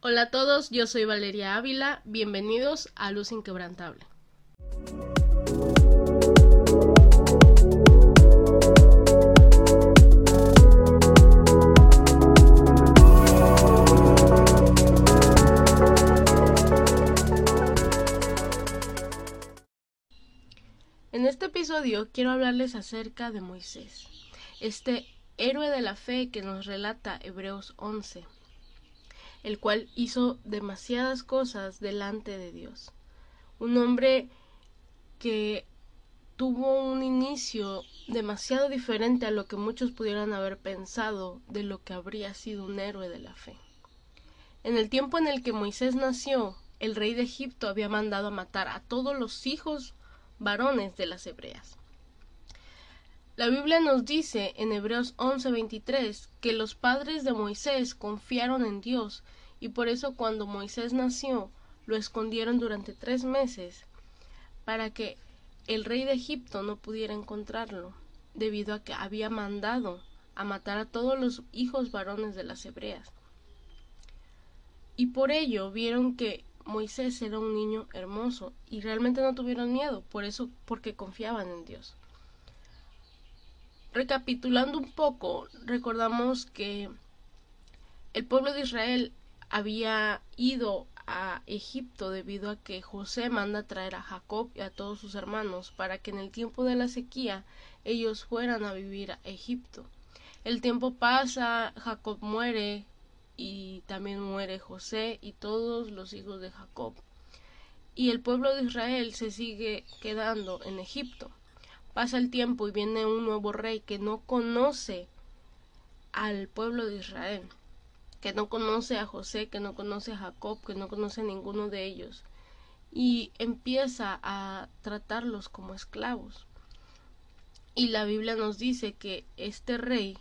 Hola a todos, yo soy Valeria Ávila, bienvenidos a Luz Inquebrantable. En este episodio quiero hablarles acerca de Moisés, este héroe de la fe que nos relata Hebreos 11, el cual hizo demasiadas cosas delante de Dios. Un hombre que tuvo un inicio demasiado diferente a lo que muchos pudieran haber pensado de lo que habría sido un héroe de la fe. En el tiempo en el que Moisés nació, el rey de Egipto había mandado a matar a todos los hijos varones de las hebreas. La Biblia nos dice en Hebreos 11:23 que los padres de Moisés confiaron en Dios y por eso cuando Moisés nació lo escondieron durante 3 meses para que el rey de Egipto no pudiera encontrarlo, debido a que había mandado a matar a todos los hijos varones de las hebreas. Y por ello vieron que Moisés era un niño hermoso y realmente no tuvieron miedo, porque confiaban en Dios. Recapitulando un poco, recordamos que el pueblo de Israel había ido a Egipto debido a que José manda a traer a Jacob y a todos sus hermanos para que en el tiempo de la sequía ellos fueran a vivir a Egipto. El tiempo pasa, Jacob muere y también muere José y todos los hijos de Jacob. Y el pueblo de Israel se sigue quedando en Egipto. Pasa el tiempo y viene un nuevo rey que no conoce al pueblo de Israel, que no conoce a José, que no conoce a Jacob, que no conoce a ninguno de ellos, y empieza a tratarlos como esclavos. Y la Biblia nos dice que este rey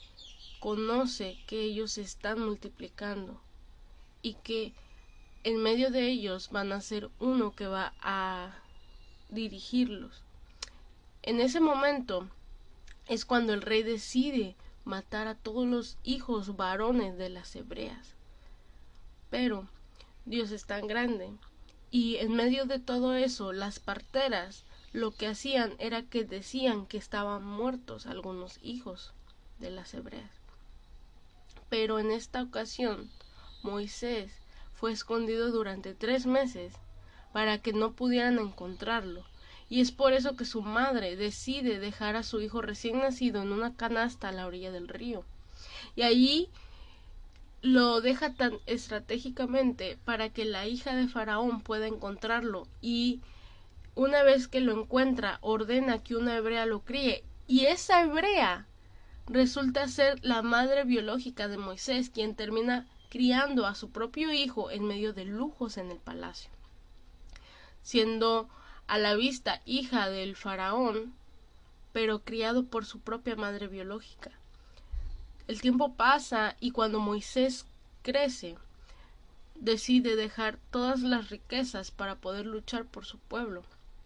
conoce que ellos se están multiplicando y que en medio de ellos van a ser uno que va a dirigirlos. En ese momento es cuando el rey decide matar a todos los hijos varones de las hebreas. Pero Dios es tan grande y en medio de todo eso las parteras lo que hacían era que decían que estaban muertos algunos hijos de las hebreas. Pero en esta ocasión Moisés fue escondido durante 3 meses para que no pudieran encontrarlo. Y es por eso que su madre decide dejar a su hijo recién nacido en una canasta a la orilla del río. Y allí lo deja tan estratégicamente para que la hija de Faraón pueda encontrarlo. Y una vez que lo encuentra, ordena que una hebrea lo críe. Y esa hebrea resulta ser la madre biológica de Moisés, quien termina criando a su propio hijo en medio de lujos en el palacio, siendo a la vista hija del faraón, pero criado por su propia madre biológica. El tiempo pasa y cuando Moisés crece, decide dejar todas las riquezas para poder luchar por su pueblo.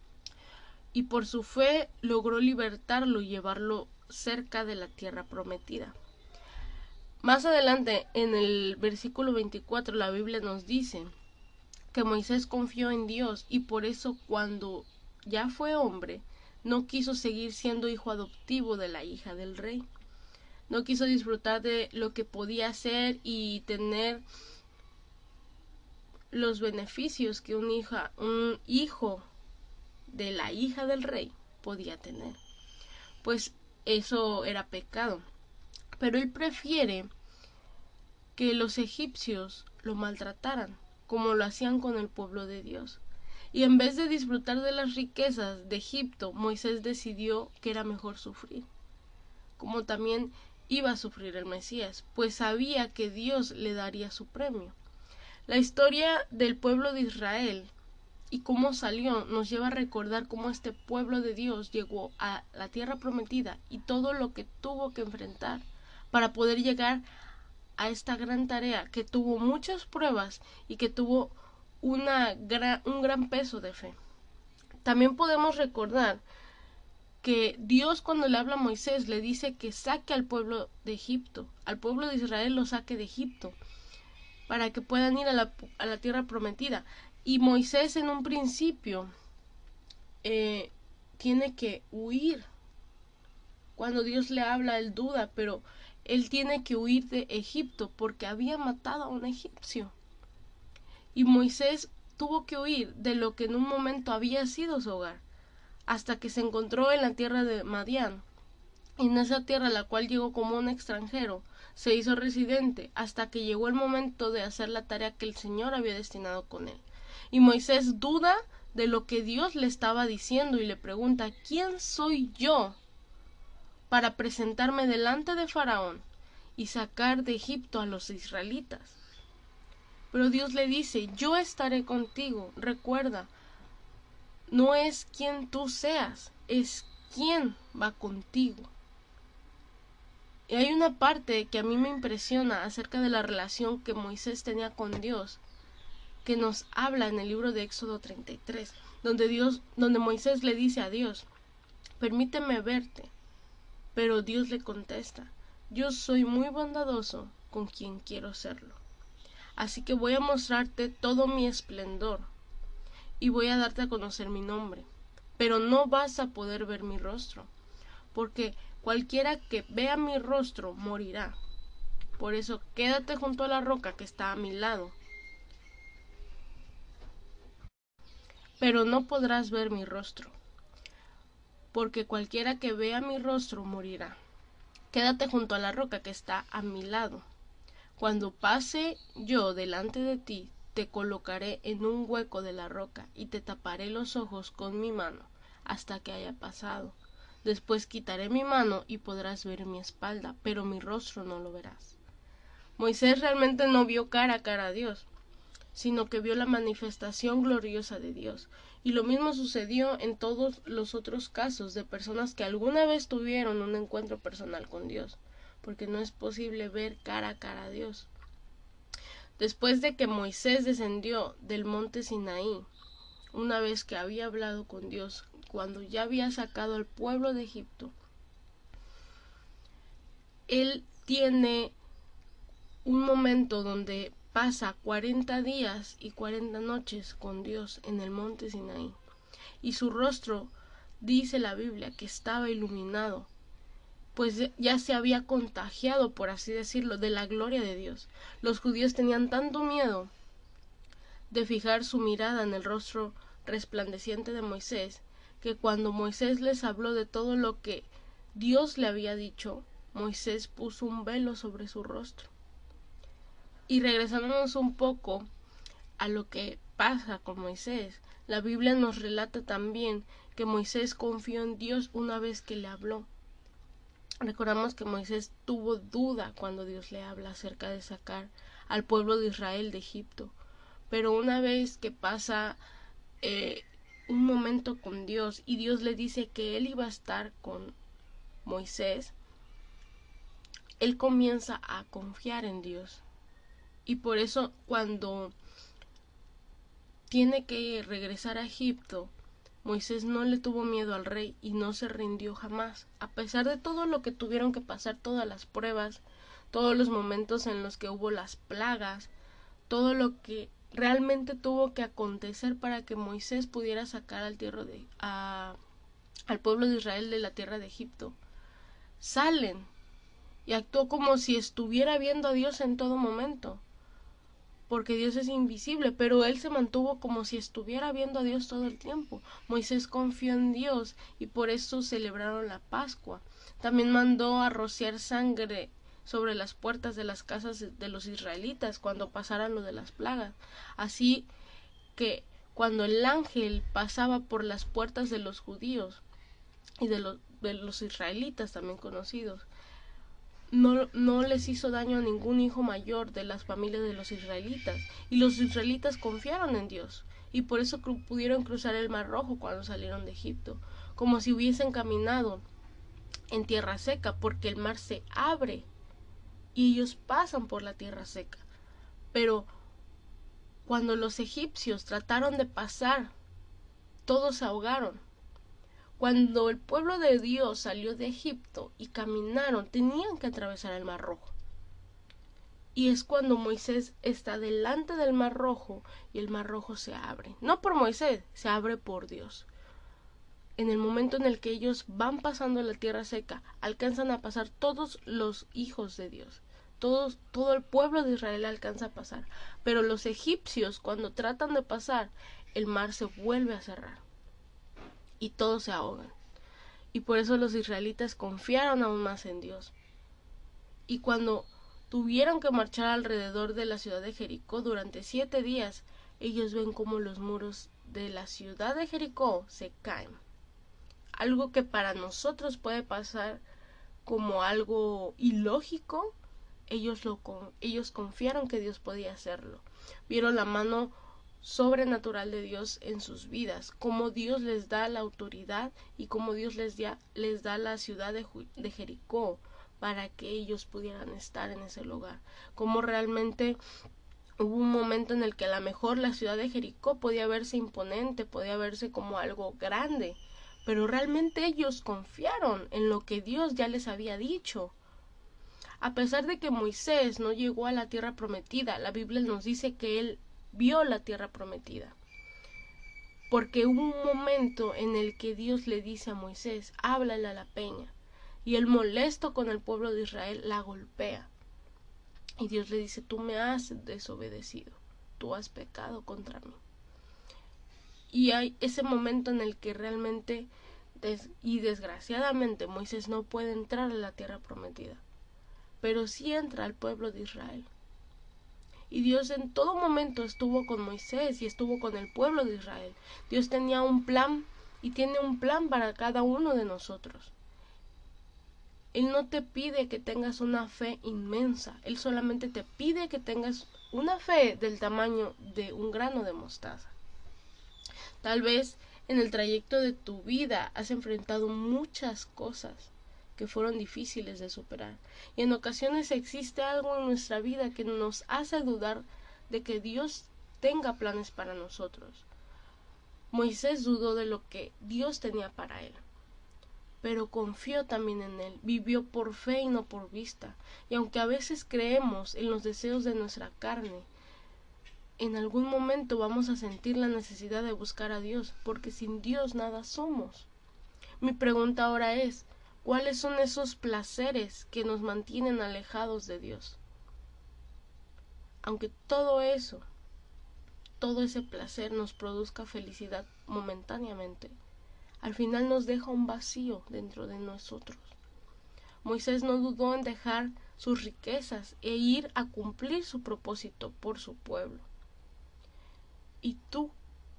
Y por su fe logró libertarlo y llevarlo cerca de la tierra prometida. Más adelante, en el versículo 24, la Biblia nos dice que Moisés confió en Dios y por eso cuando ya fue hombre no quiso seguir siendo hijo adoptivo de la hija del rey. No quiso disfrutar de lo que podía hacer y tener los beneficios que un hijo de la hija del rey podía tener, pues eso era pecado. Pero él prefiere que los egipcios lo maltrataran como lo hacían con el pueblo de Dios. Y en vez de disfrutar de las riquezas de Egipto, Moisés decidió que era mejor sufrir, como también iba a sufrir el Mesías, pues sabía que Dios le daría su premio. La historia del pueblo de Israel y cómo salió nos lleva a recordar cómo este pueblo de Dios llegó a la tierra prometida y todo lo que tuvo que enfrentar para poder llegar a esta gran tarea que tuvo muchas pruebas y que tuvo un gran peso de fe. También podemos recordar que Dios cuando le habla a Moisés le dice que saque al pueblo de Egipto, al pueblo de Israel lo saque de Egipto. para que puedan ir a la tierra prometida. Y Moisés en un principio tiene que huir. Cuando Dios le habla, él duda, pero él tiene que huir de Egipto porque había matado a un egipcio. Y Moisés tuvo que huir de lo que en un momento había sido su hogar, hasta que se encontró en la tierra de Madián. Y en esa tierra, la cual llegó como un extranjero, se hizo residente, hasta que llegó el momento de hacer la tarea que el Señor había destinado con él. Y Moisés duda de lo que Dios le estaba diciendo y le pregunta: ¿quién soy yo para presentarme delante de Faraón y sacar de Egipto a los israelitas? Pero Dios le dice: yo estaré contigo. Recuerda, no es quien tú seas, es quién va contigo. Y hay una parte que a mí me impresiona acerca de la relación que Moisés tenía con Dios, que nos habla en el libro de Éxodo 33, donde Moisés le dice a Dios: permíteme verte. Pero Dios le contesta: yo soy muy bondadoso con quien quiero serlo. Así que voy a mostrarte todo mi esplendor y voy a darte a conocer mi nombre, pero no vas a poder ver mi rostro, porque cualquiera que vea mi rostro morirá. Por eso quédate junto a la roca que está a mi lado, pero no podrás ver mi rostro, porque cualquiera que vea mi rostro morirá. Quédate junto a la roca que está a mi lado. Cuando pase yo delante de ti, te colocaré en un hueco de la roca y te taparé los ojos con mi mano hasta que haya pasado. Después quitaré mi mano y podrás ver mi espalda, pero mi rostro no lo verás. Moisés realmente no vio cara a cara a Dios, sino que vio la manifestación gloriosa de Dios. Y lo mismo sucedió en todos los otros casos de personas que alguna vez tuvieron un encuentro personal con Dios, porque no es posible ver cara a cara a Dios. Después de que Moisés descendió del monte Sinaí, una vez que había hablado con Dios, cuando ya había sacado al pueblo de Egipto, él tiene un momento donde pasa 40 días y 40 noches con Dios en el monte Sinaí, y su rostro, dice la Biblia, que estaba iluminado, pues ya se había contagiado, por así decirlo, de la gloria de Dios. Los judíos tenían tanto miedo de fijar su mirada en el rostro resplandeciente de Moisés, que cuando Moisés les habló de todo lo que Dios le había dicho, Moisés puso un velo sobre su rostro. Y regresándonos un poco a lo que pasa con Moisés, la Biblia nos relata también que Moisés confió en Dios una vez que le habló. Recordamos que Moisés tuvo duda cuando Dios le habla acerca de sacar al pueblo de Israel de Egipto, pero una vez que pasa un momento con Dios y Dios le dice que él iba a estar con Moisés, él comienza a confiar en Dios. Y por eso cuando tiene que regresar a Egipto, Moisés no le tuvo miedo al rey y no se rindió jamás, a pesar de todo lo que tuvieron que pasar, todas las pruebas, todos los momentos en los que hubo las plagas, todo lo que realmente tuvo que acontecer para que Moisés pudiera sacar al pueblo de Israel de la tierra de Egipto. Salen y actuó como si estuviera viendo a Dios en todo momento, porque Dios es invisible, pero él se mantuvo como si estuviera viendo a Dios todo el tiempo. Moisés confió en Dios y por eso celebraron la Pascua. También mandó a rociar sangre sobre las puertas de las casas de los israelitas cuando pasaran lo de las plagas. Así que cuando el ángel pasaba por las puertas de los judíos y de los israelitas también conocidos, no les hizo daño a ningún hijo mayor de las familias de los israelitas, y los israelitas confiaron en Dios, y por eso pudieron cruzar el Mar Rojo cuando salieron de Egipto, como si hubiesen caminado en tierra seca, porque el mar se abre y ellos pasan por la tierra seca. Pero cuando los egipcios trataron de pasar, todos se ahogaron. Cuando el pueblo de Dios salió de Egipto y caminaron, tenían que atravesar el Mar Rojo. Y es cuando Moisés está delante del Mar Rojo y el Mar Rojo se abre. No por Moisés, se abre por Dios. En el momento en el que ellos van pasando la tierra seca, alcanzan a pasar todos los hijos de Dios. Todo el pueblo de Israel alcanza a pasar. Pero los egipcios, cuando tratan de pasar, el mar se vuelve a cerrar. Y todos se ahogan. Y por eso los israelitas confiaron aún más en Dios. Y cuando tuvieron que marchar alrededor de la ciudad de Jericó durante 7 días, ellos ven como los muros de la ciudad de Jericó se caen. Algo que para nosotros puede pasar como algo ilógico, ellos confiaron que Dios podía hacerlo. Vieron la mano sobrenatural de Dios en sus vidas, cómo Dios les da la autoridad y cómo Dios les da la ciudad de Jericó para que ellos pudieran estar en ese lugar. Cómo realmente hubo un momento en el que a lo mejor la ciudad de Jericó podía verse imponente, podía verse como algo grande, pero realmente ellos confiaron en lo que Dios ya les había dicho. A pesar de que Moisés no llegó a la tierra prometida, la Biblia nos dice que él vio la tierra prometida. Porque hubo un momento en el que Dios le dice a Moisés, háblale a la peña. Y él, molesto con el pueblo de Israel, la golpea. Y Dios le dice, tú me has desobedecido, tú has pecado contra mí. Y hay ese momento en el que realmente y desgraciadamente Moisés no puede entrar a la tierra prometida, pero sí entra al pueblo de Israel. Y Dios en todo momento estuvo con Moisés y estuvo con el pueblo de Israel. Dios tenía un plan y tiene un plan para cada uno de nosotros. Él no te pide que tengas una fe inmensa, Él solamente te pide que tengas una fe del tamaño de un grano de mostaza. Tal vez en el trayecto de tu vida has enfrentado muchas cosas que fueron difíciles de superar, y en ocasiones existe algo en nuestra vida que nos hace dudar de que Dios tenga planes para nosotros. Moisés dudó de lo que Dios tenía para él, pero confió también en él, vivió por fe y no por vista, y aunque a veces creemos en los deseos de nuestra carne, en algún momento vamos a sentir la necesidad de buscar a Dios, porque sin Dios nada somos. Mi pregunta ahora es, ¿cuáles son esos placeres que nos mantienen alejados de Dios? Aunque todo ese placer nos produzca felicidad momentáneamente, al final nos deja un vacío dentro de nosotros. Moisés no dudó en dejar sus riquezas e ir a cumplir su propósito por su pueblo. ¿Y tú?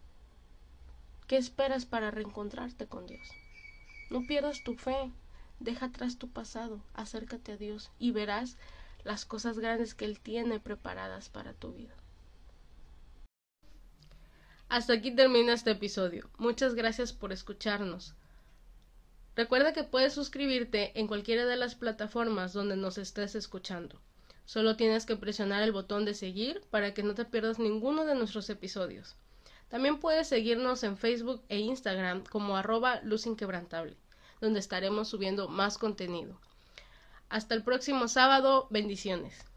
¿Qué esperas para reencontrarte con Dios? No pierdas tu fe, deja atrás tu pasado, acércate a Dios y verás las cosas grandes que Él tiene preparadas para tu vida. Hasta aquí termina este episodio. Muchas gracias por escucharnos. Recuerda que puedes suscribirte en cualquiera de las plataformas donde nos estés escuchando. Solo tienes que presionar el botón de seguir para que no te pierdas ninguno de nuestros episodios. También puedes seguirnos en Facebook e Instagram como @luzinquebrantable, donde estaremos subiendo más contenido. Hasta el próximo sábado, bendiciones.